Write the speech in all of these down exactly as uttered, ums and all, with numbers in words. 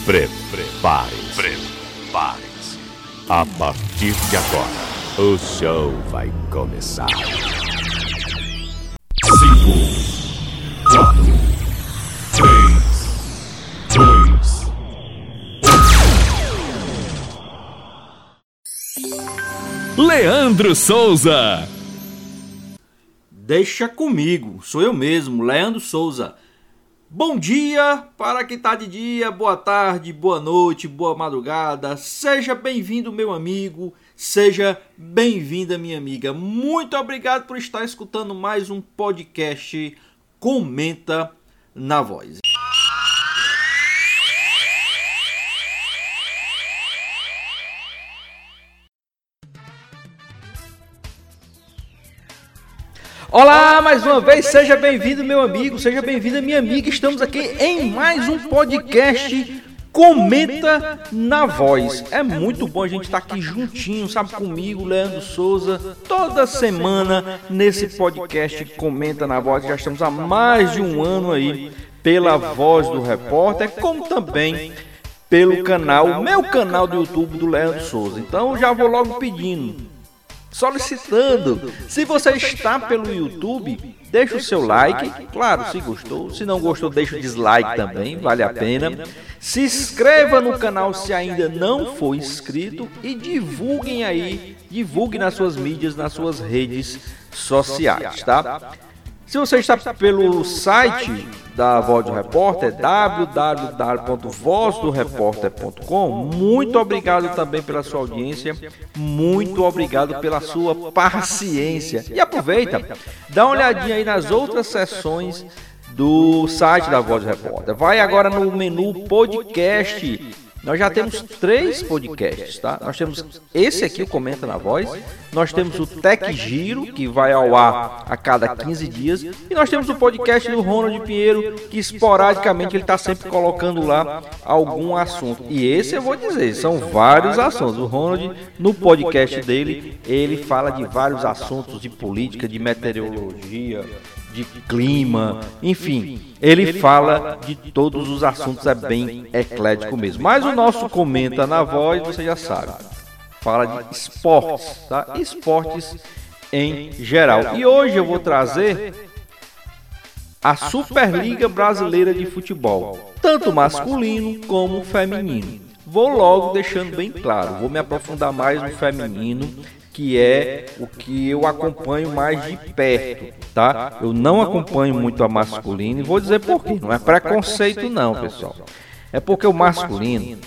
Prepare-se. Prepare-se. A partir de agora, o show vai começar. Cinco, quatro, três, dois. Leandro Souza. Deixa comigo, sou eu mesmo, Leandro Souza. Bom dia para quem está de dia, boa tarde, boa noite, boa madrugada. Seja bem-vindo, meu amigo, seja bem-vinda, minha amiga. Muito obrigado por estar escutando mais um podcast Comenta na Voz. Olá, mais uma vez, seja bem-vindo, meu amigo, seja bem-vinda, minha amiga. Estamos aqui em mais um podcast Comenta na Voz. É muito bom a gente estar aqui juntinho, sabe, comigo, Leandro Souza, toda semana nesse podcast Comenta na Voz. Já estamos há mais de um ano aí pela Voz do Repórter, como também pelo canal, meu canal do YouTube do Leandro Souza. Então já vou logo pedindo, solicitando, se você está pelo YouTube, deixa o seu like, claro, se gostou, se não gostou, deixa o dislike também, vale a pena. Se inscreva no canal se ainda não for inscrito e divulguem aí, divulgue nas suas mídias, nas suas redes sociais, tá? Se você está pelo site da Voz do Repórter, w w w ponto voz do repórter ponto com, muito obrigado também pela sua audiência, muito obrigado pela sua paciência. E aproveita, dá uma olhadinha aí nas outras seções do site da Voz do Repórter. Vai agora no menu podcast. Nós já temos três podcasts, tá? Nós temos esse aqui, o Comenta na Voz. Nós temos o Tec Giro, que vai ao ar a cada quinze dias. E nós temos o podcast do Ronald Pinheiro, que esporadicamente ele está sempre colocando lá algum assunto. E esse eu vou dizer, são vários assuntos. O Ronald, no podcast dele, ele fala de vários assuntos de política, de meteorologia, de clima, enfim, ele fala de todos os assuntos, é bem eclético mesmo. Mas o nosso Comenta na Voz, você já sabe, fala de esportes, tá? Esportes em geral. E hoje eu vou trazer a Superliga Brasileira de Futebol, tanto masculino como feminino. Vou logo deixando bem claro, vou me aprofundar mais no feminino, que é o que eu acompanho mais de perto, tá? Eu não acompanho muito a masculina e vou dizer por quê. Não é preconceito não, pessoal. É porque o masculino,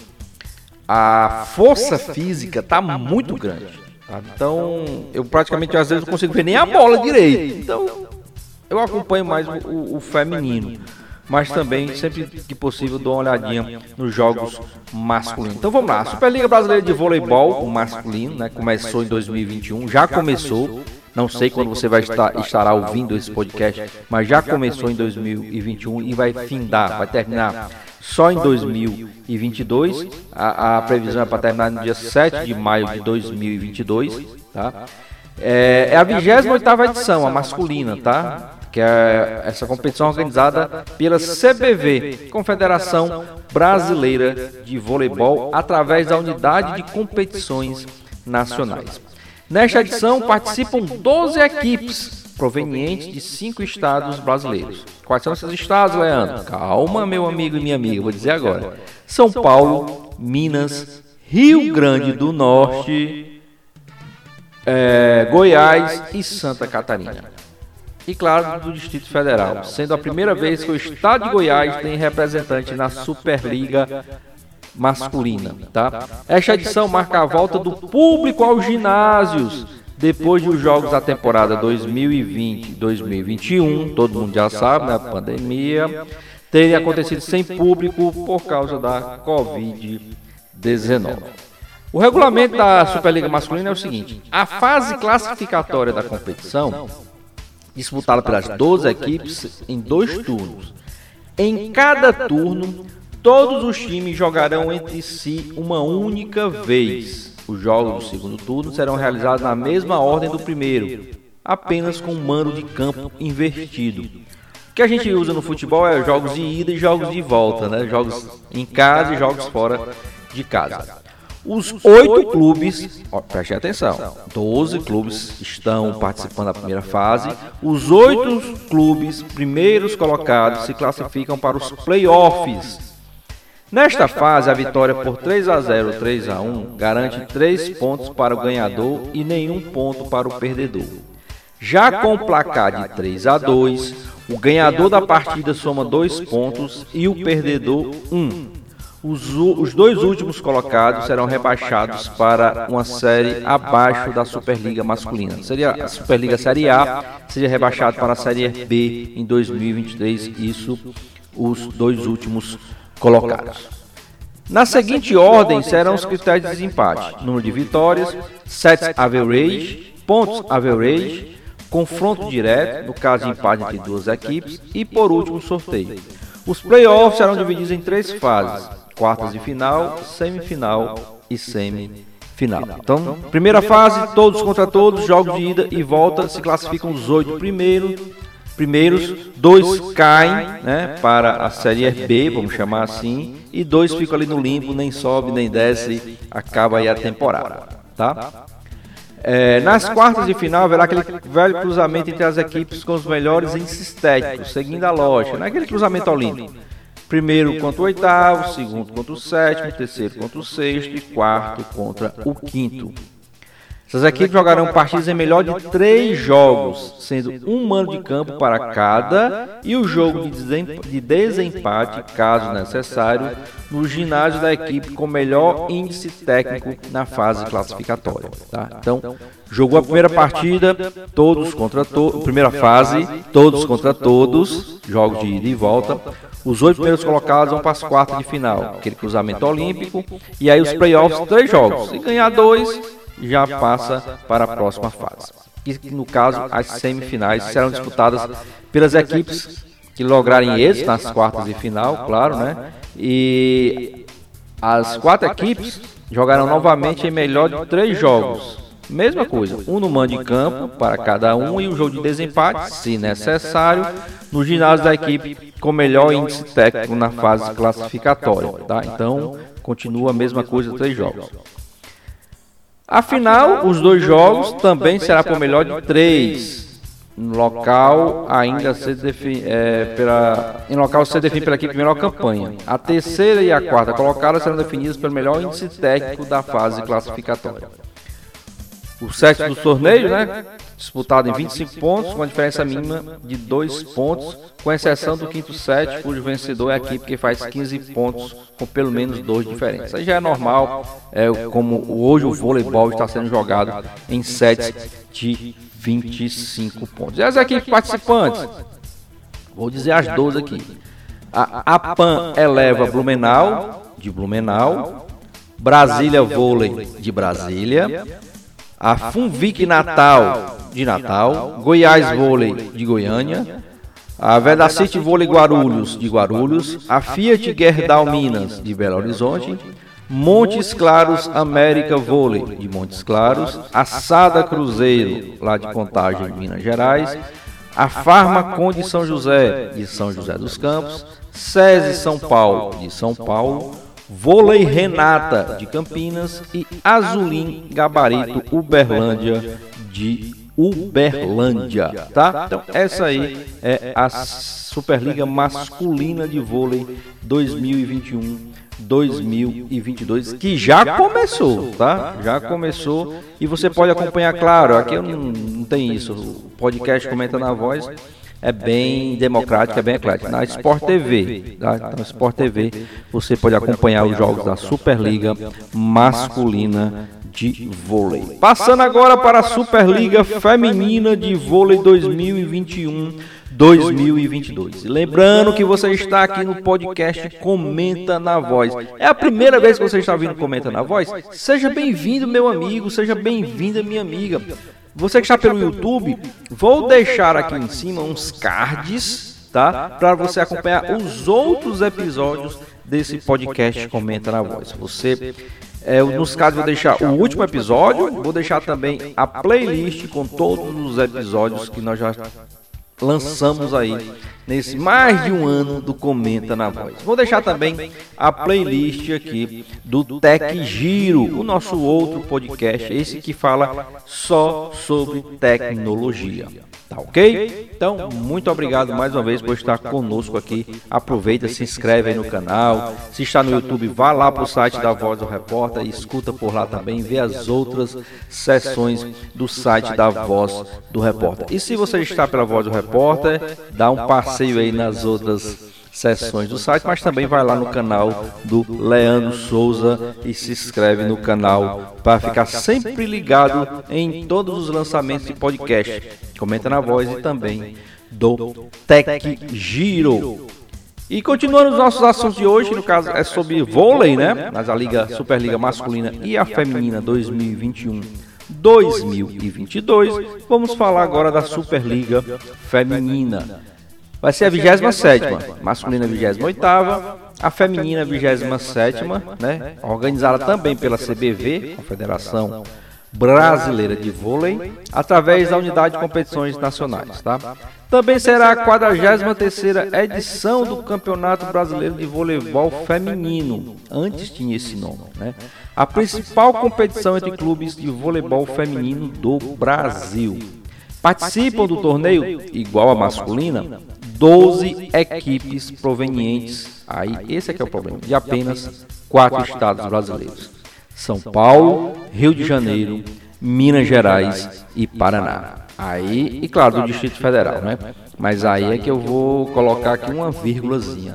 a força física tá muito grande, tá? Então, eu praticamente às vezes não consigo ver nem a bola direito. Então, eu acompanho mais o, o, o feminino. Mas também, sempre que possível, dou uma olhadinha nos jogos masculinos. Então vamos lá, a Superliga Brasileira de Voleibol, o masculino, né, começou em dois mil e vinte e um, já começou, não sei quando você vai estar estará ouvindo esse podcast, mas já começou em dois mil e vinte e um e vai findar, vai terminar só em dois mil e vinte e dois, a, a previsão é para terminar no dia sete de maio de dois mil e vinte e dois, tá? É, é a vigésima oitava edição, a masculina, tá? Que é essa competição organizada pela C B V, Confederação Brasileira de Voleibol, através da Unidade de Competições Nacionais. Nesta edição participam doze equipes provenientes de cinco estados brasileiros. Quais são esses estados, Leandro? Calma, meu amigo e minha amiga, vou dizer agora. São Paulo, Minas, Rio Grande do Norte, é, Goiás e Santa Catarina. E claro, do Distrito Federal, sendo a primeira vez que o estado de Goiás tem representante na Superliga masculina, tá? Esta edição marca a volta do público aos ginásios, depois dos jogos da temporada dois mil e vinte dois mil e vinte e um, todo mundo já sabe, né, a pandemia, terem acontecido sem público por causa da covid dezenove. O regulamento da Superliga masculina é o seguinte: a fase classificatória da competição, disputada pelas doze equipes em dois turnos. Em cada turno, todos os times jogarão entre si uma única vez. Os jogos do segundo turno serão realizados na mesma ordem do primeiro, apenas com um mando de campo invertido. O que a gente usa no futebol é jogos de ida e jogos de volta, né? Jogos em casa e jogos fora de casa. Os oito clubes, ó, prestem atenção, doze clubes estão participando da primeira fase. Os oito clubes primeiros colocados se classificam para os playoffs. Nesta fase, a vitória por três a zero, três a um garante três pontos para o ganhador e nenhum ponto para o perdedor. Já com o placar de três a dois, o ganhador da partida soma dois pontos e o perdedor um. Os, os dois últimos colocados serão rebaixados para uma série abaixo da Superliga masculina. Seria a Superliga Série A, seria rebaixado para a Série B em dois mil e vinte e três, isso os dois últimos colocados. Na seguinte ordem serão os critérios de desempate: número de vitórias, sets average, pontos average, confronto direto, no caso de empate entre duas equipes, e por último sorteio. Os playoffs serão divididos em três fases: quartas de final, semifinal e semifinal. Então, primeira fase, todos contra todos, jogos de ida e volta, se classificam os oito primeiros, primeiros, dois caem, né, para a Série B, vamos chamar assim, e dois ficam ali no limbo, nem sobe, nem desce, acaba aí a temporada, tá? É, nas quartas de final haverá aquele velho cruzamento entre as equipes com os melhores índices técnicos, seguindo a lógica, não é aquele cruzamento olímpico. Primeiro contra o oitavo, segundo contra o sétimo, terceiro contra o sexto e quarto contra o quinto. Essas equipes jogarão partidas em melhor de três jogos, sendo um mando de campo para cada e o jogo de desempate, caso necessário, no ginásio da equipe com melhor índice técnico na fase classificatória. Tá? Então, jogou a primeira partida, todos contra todos, primeira fase, todos contra todos, jogos de ida e volta. Os oito primeiros colocados vão para as quartas de final, aquele cruzamento olímpico, e aí os playoffs, três jogos. Se ganhar dois, já passa para a próxima fase. E no caso, as semifinais serão disputadas pelas equipes que lograrem êxito nas quartas de final, claro, né? E as quatro equipes jogarão novamente em melhor de três jogos. Mesma coisa, um no mando de campo para cada um e o jogo de desempate, se necessário, no ginásio da equipe com melhor índice técnico na fase classificatória. Tá? Então, continua a mesma coisa, três jogos. Afinal, os dois jogos também será por melhor de três. No local ainda se define, é, pela, em local se define pela equipe melhor campanha. A terceira e a quarta colocadas serão definidas pelo melhor índice técnico da fase classificatória. O set do torneio, né, disputado em vinte e cinco pontos, com a diferença mínima de dois pontos, com exceção do quinto set, cujo vencedor é a equipe que faz quinze pontos, com pelo menos dois diferentes. Isso aí já é normal, é, como hoje o voleibol está sendo jogado em sets de vinte e cinco pontos. E as equipes participantes? Vou dizer as doze aqui. A APAN eleva Blumenau, de Blumenau, Brasília Vôlei, de Brasília, a Funvic Natal, de Natal, Goiás Vôlei, de Goiânia, a Vedacity Vôlei Guarulhos, de Guarulhos, a Fiat Gerdau Minas, de Belo Horizonte, Montes Claros América Vôlei, de Montes Claros, a Sada Cruzeiro, lá de Contagem, Minas Gerais, a Farmacon de São José, de São José dos Campos, SESI São Paulo, de São Paulo, Vôlei Renata, de Campinas, e Azulim Gabarito Uberlândia, de Uberlândia, tá? Então essa aí é a Superliga Masculina de Vôlei dois mil e vinte e um dois mil e vinte e dois, que já começou, tá? Já começou e você pode acompanhar, claro, aqui eu não, não tem isso, o podcast Comenta na Voz é bem democrático, é bem eclético. Na Sport T V, tá? Então, Sport T V, você pode acompanhar os jogos da Superliga Masculina de Vôlei. Passando agora para a Superliga Feminina de Vôlei dois mil e vinte e um dois mil e vinte e dois. Lembrando que você está aqui no podcast Comenta na Voz. É a primeira vez que você está ouvindo Comenta na Voz? Seja bem-vindo, meu amigo, seja bem-vinda, minha amiga. Você que está pelo YouTube, vou deixar aqui em cima uns cards, tá? Para você acompanhar os outros episódios desse podcast Comenta na Voz. Você, é, nos casos, vou deixar o último episódio, vou deixar também a playlist com todos os episódios que nós já lançamos aí nesse mais de um ano do Comenta na Voz. Vou deixar também a playlist aqui do Tec Giro, o nosso outro podcast, esse que fala só sobre tecnologia. Tá ok? Então, muito obrigado mais uma vez por estar conosco aqui. Aproveita, se inscreve aí no canal. Se está no YouTube, vá lá para o site da Voz do Repórter e escuta por lá também, vê as outras sessões do site da Voz do Repórter. E se você está pela Voz do Repórter, dá um passeio aí nas outras sessões do site, mas também vai lá no canal do Leandro Souza e se inscreve no canal para ficar sempre ligado em todos os lançamentos de podcast. Comenta na Voz e também do Tec Giro. E continuando os nossos assuntos de hoje, no caso é sobre vôlei, né? Mas a Liga Superliga Masculina e a Feminina dois mil e vinte e um dois mil e vinte e dois. Vamos falar agora da Superliga Feminina. Vai ser a vigésima sétima, masculina vigésima oitava, a feminina vigésima sétima, né? Organizada também pela C B V, Confederação Brasileira de Vôlei, através da Unidade de Competições Nacionais, tá? Também será a quadragésima terceira edição do Campeonato Brasileiro de Voleibol Feminino. Antes tinha esse nome, né? A principal competição entre clubes de voleibol feminino do Brasil. Participam do torneio, igual a masculina, doze equipes provenientes, aí esse é que é o problema, de apenas quatro estados brasileiros. São Paulo, Rio de Janeiro, Minas Gerais e Paraná. Aí, e claro, do Distrito Federal, né? Mas aí é que eu vou colocar aqui uma vírgulazinha.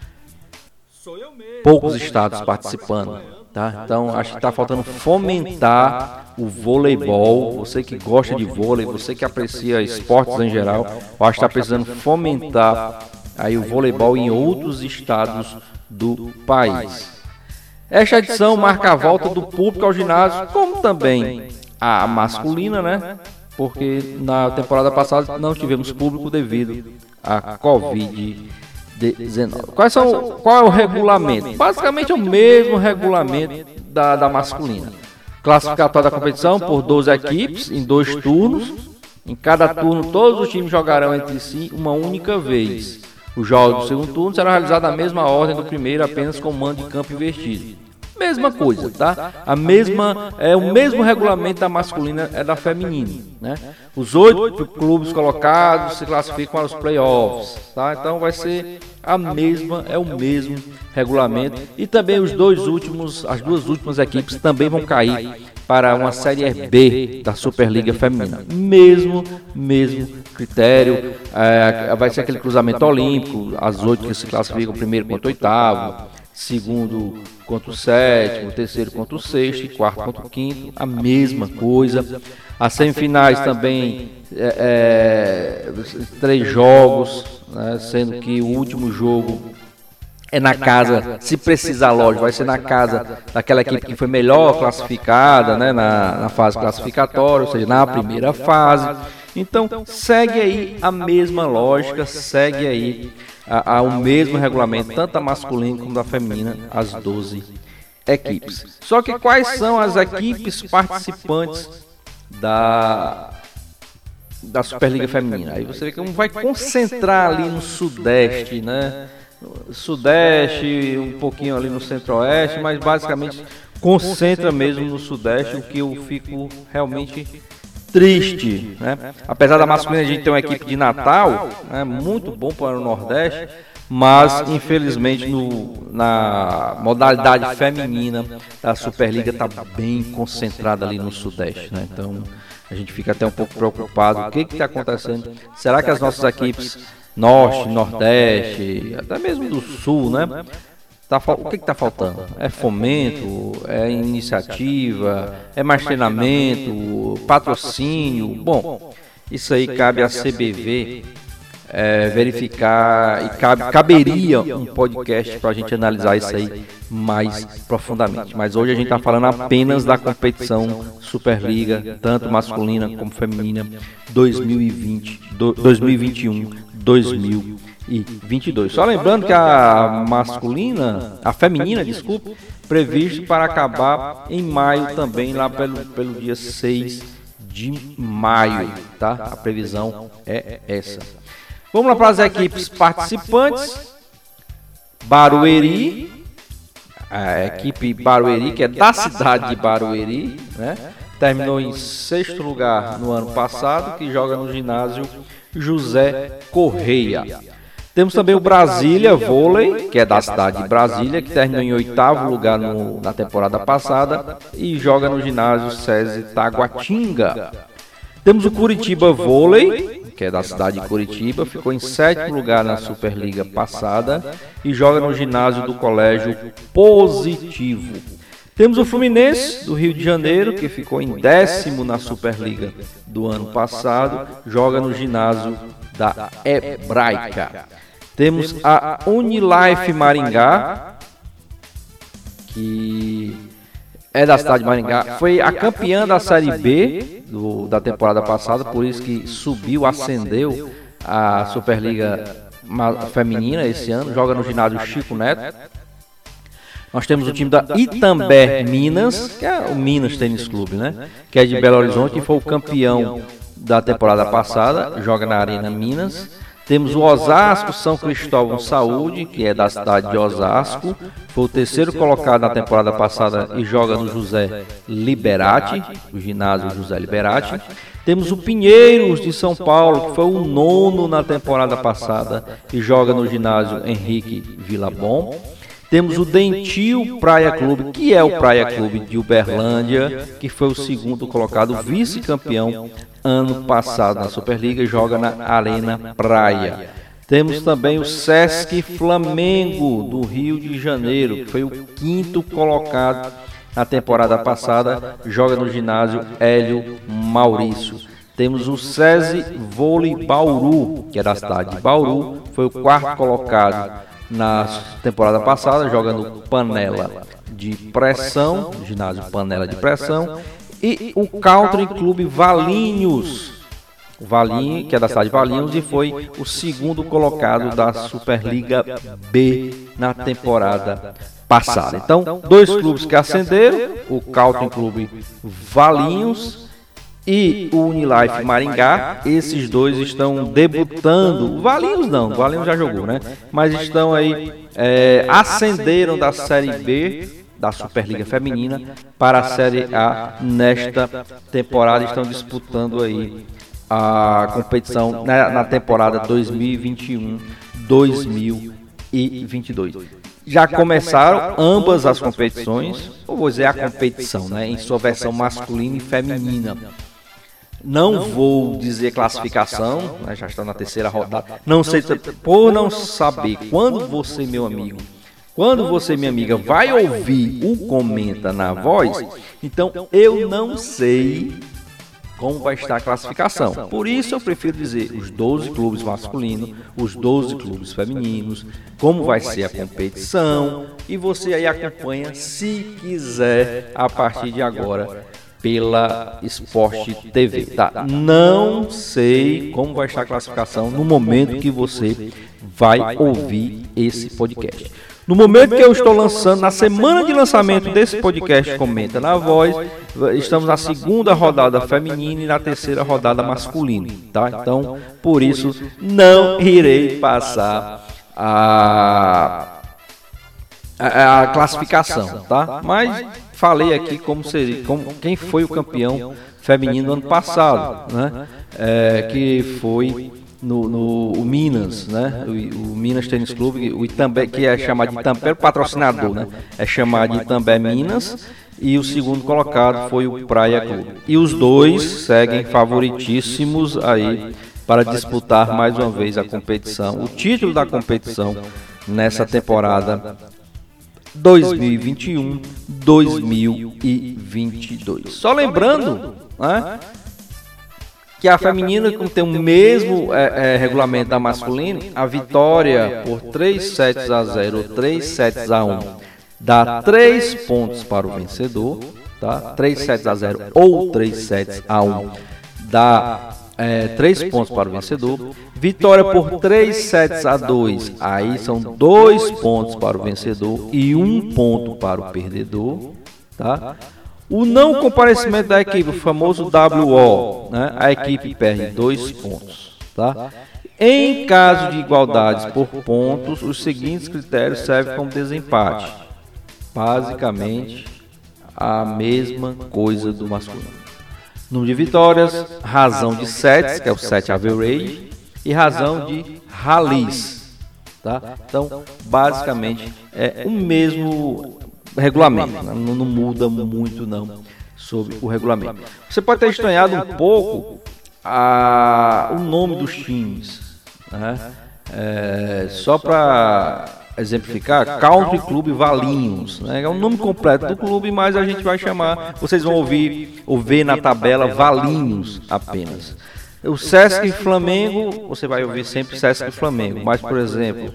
Poucos estados participando, tá? Então, acho que está faltando fomentar o voleibol. Você que gosta de vôlei, você que aprecia esportes em geral, eu acho que está precisando fomentar aí o voleibol em outros estados do país. Esta edição marca a volta do público ao ginásio, como também a masculina, né? Porque na temporada passada não tivemos público devido à covid dezenove. Quais são, qual é o regulamento? Basicamente é o mesmo regulamento da, da masculina. Classificatória da competição por doze equipes em dois turnos. Em cada turno todos os times jogarão entre si uma única vez. Os jogos do segundo turno serão realizados na mesma ordem do primeiro, apenas com mando de campo invertido. Mesma coisa, tá? A mesma, é o mesmo regulamento da masculina é da feminina, né? Os oito clubes colocados se classificam para os playoffs, tá? Então vai ser a mesma, é o mesmo regulamento e também os dois últimos, as duas últimas equipes também vão cair para uma série B da Superliga Feminina. Mesmo, mesmo critério, é, vai ser aquele cruzamento olímpico, as oito que se classificam primeiro contra o oitavo, segundo contra o sétimo, terceiro contra o sexto e quarto contra o quinto, a mesma coisa. As semifinais também, é, é, três jogos, né, sendo que o último jogo é na casa, se precisar, lógico, vai ser na casa daquela equipe que foi melhor classificada, né, na, na fase classificatória, ou seja, na primeira fase. Então, segue aí a mesma lógica, segue aí a, a, o mesmo regulamento, tanto a masculina como a feminina, as doze equipes. Só que quais são as equipes participantes da, da Superliga Feminina? Aí você vê que um vai concentrar ali no Sudeste, né? Sudeste, um pouquinho ali no Centro-Oeste, mas basicamente concentra mesmo no Sudeste, o que eu fico realmente triste, né? Apesar da masculina a gente ter uma equipe de Natal, né, muito bom para o Nordeste, mas infelizmente no, na modalidade feminina a Superliga está bem concentrada ali no Sudeste, né? Então a gente fica até um pouco preocupado. O que está acontecendo? Será que as nossas equipes Norte, Nordeste, até mesmo do Sul, né? Tá, o que está faltando? É fomento, é iniciativa, é mais treinamento, patrocínio. Bom, isso aí cabe à C B V é, verificar e cabe, caberia um podcast para a gente analisar isso aí mais profundamente. Mas hoje a gente está falando apenas da competição Superliga, tanto masculina como feminina, dois mil e vinte, dois mil e vinte e um, dois mil e vinte e dois. Só lembrando que a masculina, a feminina, desculpa, previsto para acabar em maio também, lá pelo, pelo dia seis de maio, tá? A previsão é essa. Vamos lá para as equipes participantes. Barueri, a equipe Barueri, que é da cidade de Barueri, né? Terminou em sexto lugar no ano passado, que joga no ginásio José Correia. Temos também o Brasília Vôlei, que é da cidade de Brasília, que terminou em oitavo lugar no, na temporada passada e joga no ginásio SESI Taguatinga. Temos o Curitiba Vôlei, que é da cidade de Curitiba, ficou em sétimo lugar na Superliga passada e joga no ginásio do Colégio Positivo. Temos o Fluminense do Rio de Janeiro, que ficou em décimo na Superliga do ano passado, joga no ginásio da Hebraica. Temos a Unilife Maringá, que é da cidade de Maringá, foi a campeã da Série B do, da temporada passada, por isso que subiu, ascendeu a Superliga Feminina esse ano, joga no ginásio Chico Neto. Nós temos o time da Itambé Minas, que é o Minas Tênis Clube, né? Que é de Belo Horizonte, que foi o campeão da temporada passada, joga na Arena Minas. Temos o Osasco São Cristóvão Saúde, que é da cidade de Osasco, foi o terceiro colocado na temporada passada e joga no José Liberati, o ginásio José Liberati. Temos o Pinheiros de São Paulo, que foi o nono na temporada passada e joga no ginásio Henrique Villabon. Temos o Dentil Praia Clube, que é o Praia Clube de Uberlândia, que foi o segundo colocado, vice-campeão ano passado na Superliga e joga na Arena Praia. Temos também o Sesc Flamengo do Rio de Janeiro, que foi o quinto colocado na temporada passada, joga no ginásio Hélio Maurício. Temos o SESI Vôlei Bauru, que é da cidade de Bauru, foi o quarto colocado na temporada passada, joga no Panela de Pressão, ginásio Panela de Pressão, e o Country Clube Valinhos, o Valinho, que é da cidade de Valinhos, e foi o segundo colocado da Superliga B na temporada passada. Então, dois clubes que ascenderam, o Country Clube Valinhos e o Unilife Maringá, esses dois estão debutando. O Valinhos não, o Valinhos já jogou, né? Mas estão aí, é, ascenderam da Série B, da Superliga Feminina, para a Série A nesta temporada. Estão disputando aí a competição na, na temporada dois mil e vinte e um dois mil e vinte e dois. Já começaram ambas as competições, ou vou dizer a competição, né, em sua versão masculina e feminina. Não vou dizer classificação, né, já está na terceira rodada. Não sei, por não saber quando você, meu amigo, quando você, minha amiga, vai ouvir o Comenta na Voz, então eu não sei como vai estar a classificação. Por isso eu prefiro dizer os doze clubes masculinos, os doze clubes femininos, como vai ser a competição, e você aí acompanha, se quiser, a partir de agora, pela Sport T V, tá? Não sei como vai estar a classificação no momento que você vai ouvir esse podcast. No momento que eu estou lançando, na semana de lançamento desse podcast Comenta na Voz, estamos na segunda rodada feminina e na terceira rodada masculina, tá? Então, por isso, não irei passar a, a, a classificação, tá? Mas falei aqui como seria, como, quem foi o campeão feminino no ano passado, né? É, que foi no, no o Minas, né? O, o Minas Tênis Clube, o Itambé, que é chamado de Itambé, o patrocinador, né? É chamado de Itambé Minas, e o segundo colocado foi o Praia Clube. E os dois seguem favoritíssimos aí para disputar mais uma vez a competição, o título da competição nessa temporada dois mil e vinte e um dois mil e vinte e dois. Só lembrando, né, que a feminina, como tem o mesmo é, é, regulamento da masculina, a vitória por três sets a zero ou três sets a um dá três pontos para o vencedor, tá? três sets a zero ou três sets a um dá é, três pontos para o vencedor. Vitória por três sets a dois, aí são dois pontos para o vencedor e um ponto para o perdedor, tá? O não comparecimento da equipe, o famoso W O, né? A equipe perde dois pontos, tá? Em caso de igualdades por pontos, os seguintes critérios servem como desempate. Basicamente, a mesma coisa do masculino. Número de vitórias, razão de sets, que é o set average, e razão de rallies. Tá? Então, basicamente, é o mesmo regulamento, né? não, não muda muito não sobre o regulamento. Você pode ter estranhado um pouco a, o nome dos times. Né? É, só para exemplificar, Country Club Valinhos, né? É o nome completo do clube, mas a gente vai chamar, vocês vão ouvir ou ver na tabela Valinhos apenas. O Sesc Flamengo, você vai ouvir sempre Sesc Flamengo, mas por exemplo,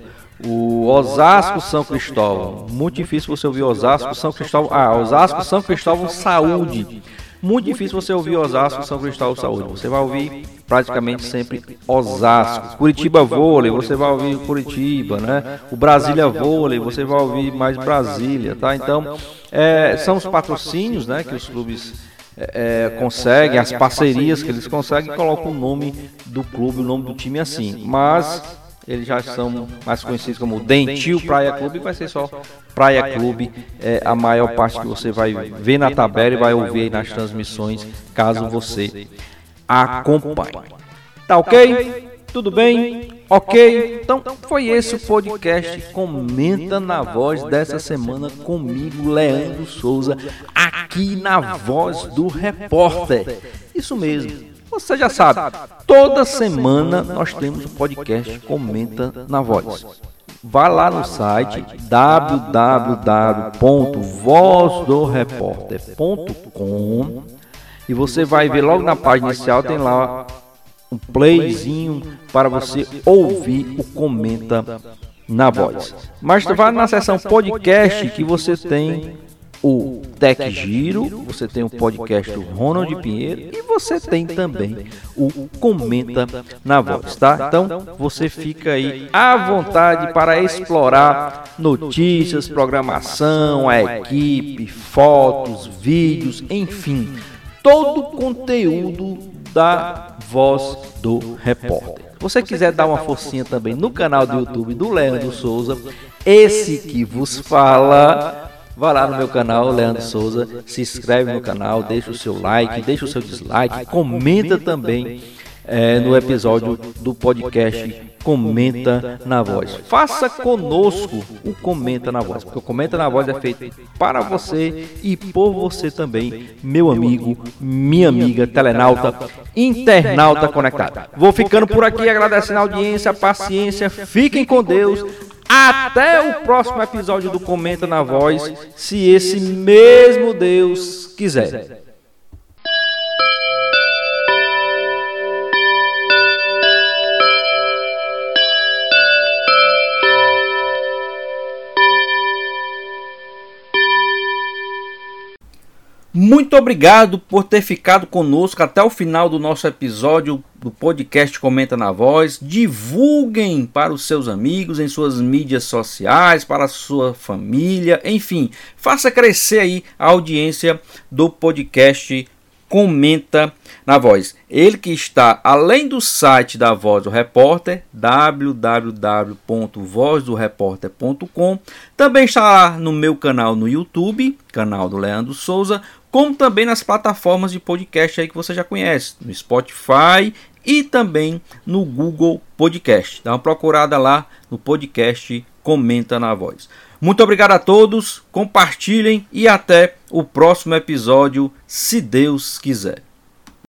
o Osasco São Cristóvão, muito difícil você ouvir Osasco São Cristóvão, ah, Osasco São Cristóvão Saúde. Muito difícil você ouvir Osasco, São Cristóvão Saúde. Você vai ouvir praticamente sempre Osasco. Curitiba Vôlei, você vai ouvir Curitiba, né? O Brasília Vôlei, você vai ouvir mais Brasília, tá? Então, é, são os patrocínios, né, que os clubes é, conseguem, as parcerias que eles conseguem, colocam o nome do clube, o nome do time assim. Mas eles já são mais conhecidos como Dentil Praia Clube, vai ser só Praia Clube, é a maior parte que você vai ver na tabela e vai ouvir aí nas transmissões, caso você acompanhe. Tá ok? Tudo bem? Ok? Então foi esse o podcast Comenta na Voz dessa semana comigo, Leandro Souza, aqui na Voz do Repórter. Isso mesmo. Você já sabe, toda semana nós temos um podcast Comenta na Voz. Vá lá no site w w w ponto voz do repórter ponto com e você vai ver logo na página inicial, tem lá um playzinho para você ouvir o Comenta na Voz. Mas vá na seção podcast que você tem o Tech Giro, você tem o podcast do Ronald Pinheiro e você tem também o Comenta na Voz, tá? Então você fica aí à vontade para explorar notícias, programação, a equipe, fotos, vídeos, enfim, todo o conteúdo da Voz do Repórter. Se você quiser dar uma forcinha também no canal do YouTube do Leandro Souza, esse que vos fala, vá lá no meu canal, Leandro Souza, se inscreve no canal, deixa o seu like, deixa o seu dislike, comenta também é, no episódio do podcast Comenta na Voz. Faça conosco o Comenta na Voz, porque o Comenta na Voz é feito para você e por você também, meu amigo, minha amiga, telenauta, internauta conectado. Vou ficando por aqui, agradecendo a audiência, a paciência, fiquem com Deus. Até o próximo episódio do Comenta na Voz, se esse mesmo Deus quiser. Muito obrigado por ter ficado conosco até o final do nosso episódio do podcast Comenta na Voz. Divulguem para os seus amigos em suas mídias sociais, para a sua família, enfim, faça crescer aí a audiência do podcast Comenta na Voz. Ele que está além do site da Voz do Repórter, w w w ponto voz do repórter ponto com, também está lá no meu canal no YouTube, canal do Leandro Souza, como também nas plataformas de podcast aí que você já conhece, no Spotify e também no Google Podcast. Dá uma procurada lá no podcast Comenta na Voz. Muito obrigado a todos, compartilhem e até o próximo episódio, se Deus quiser.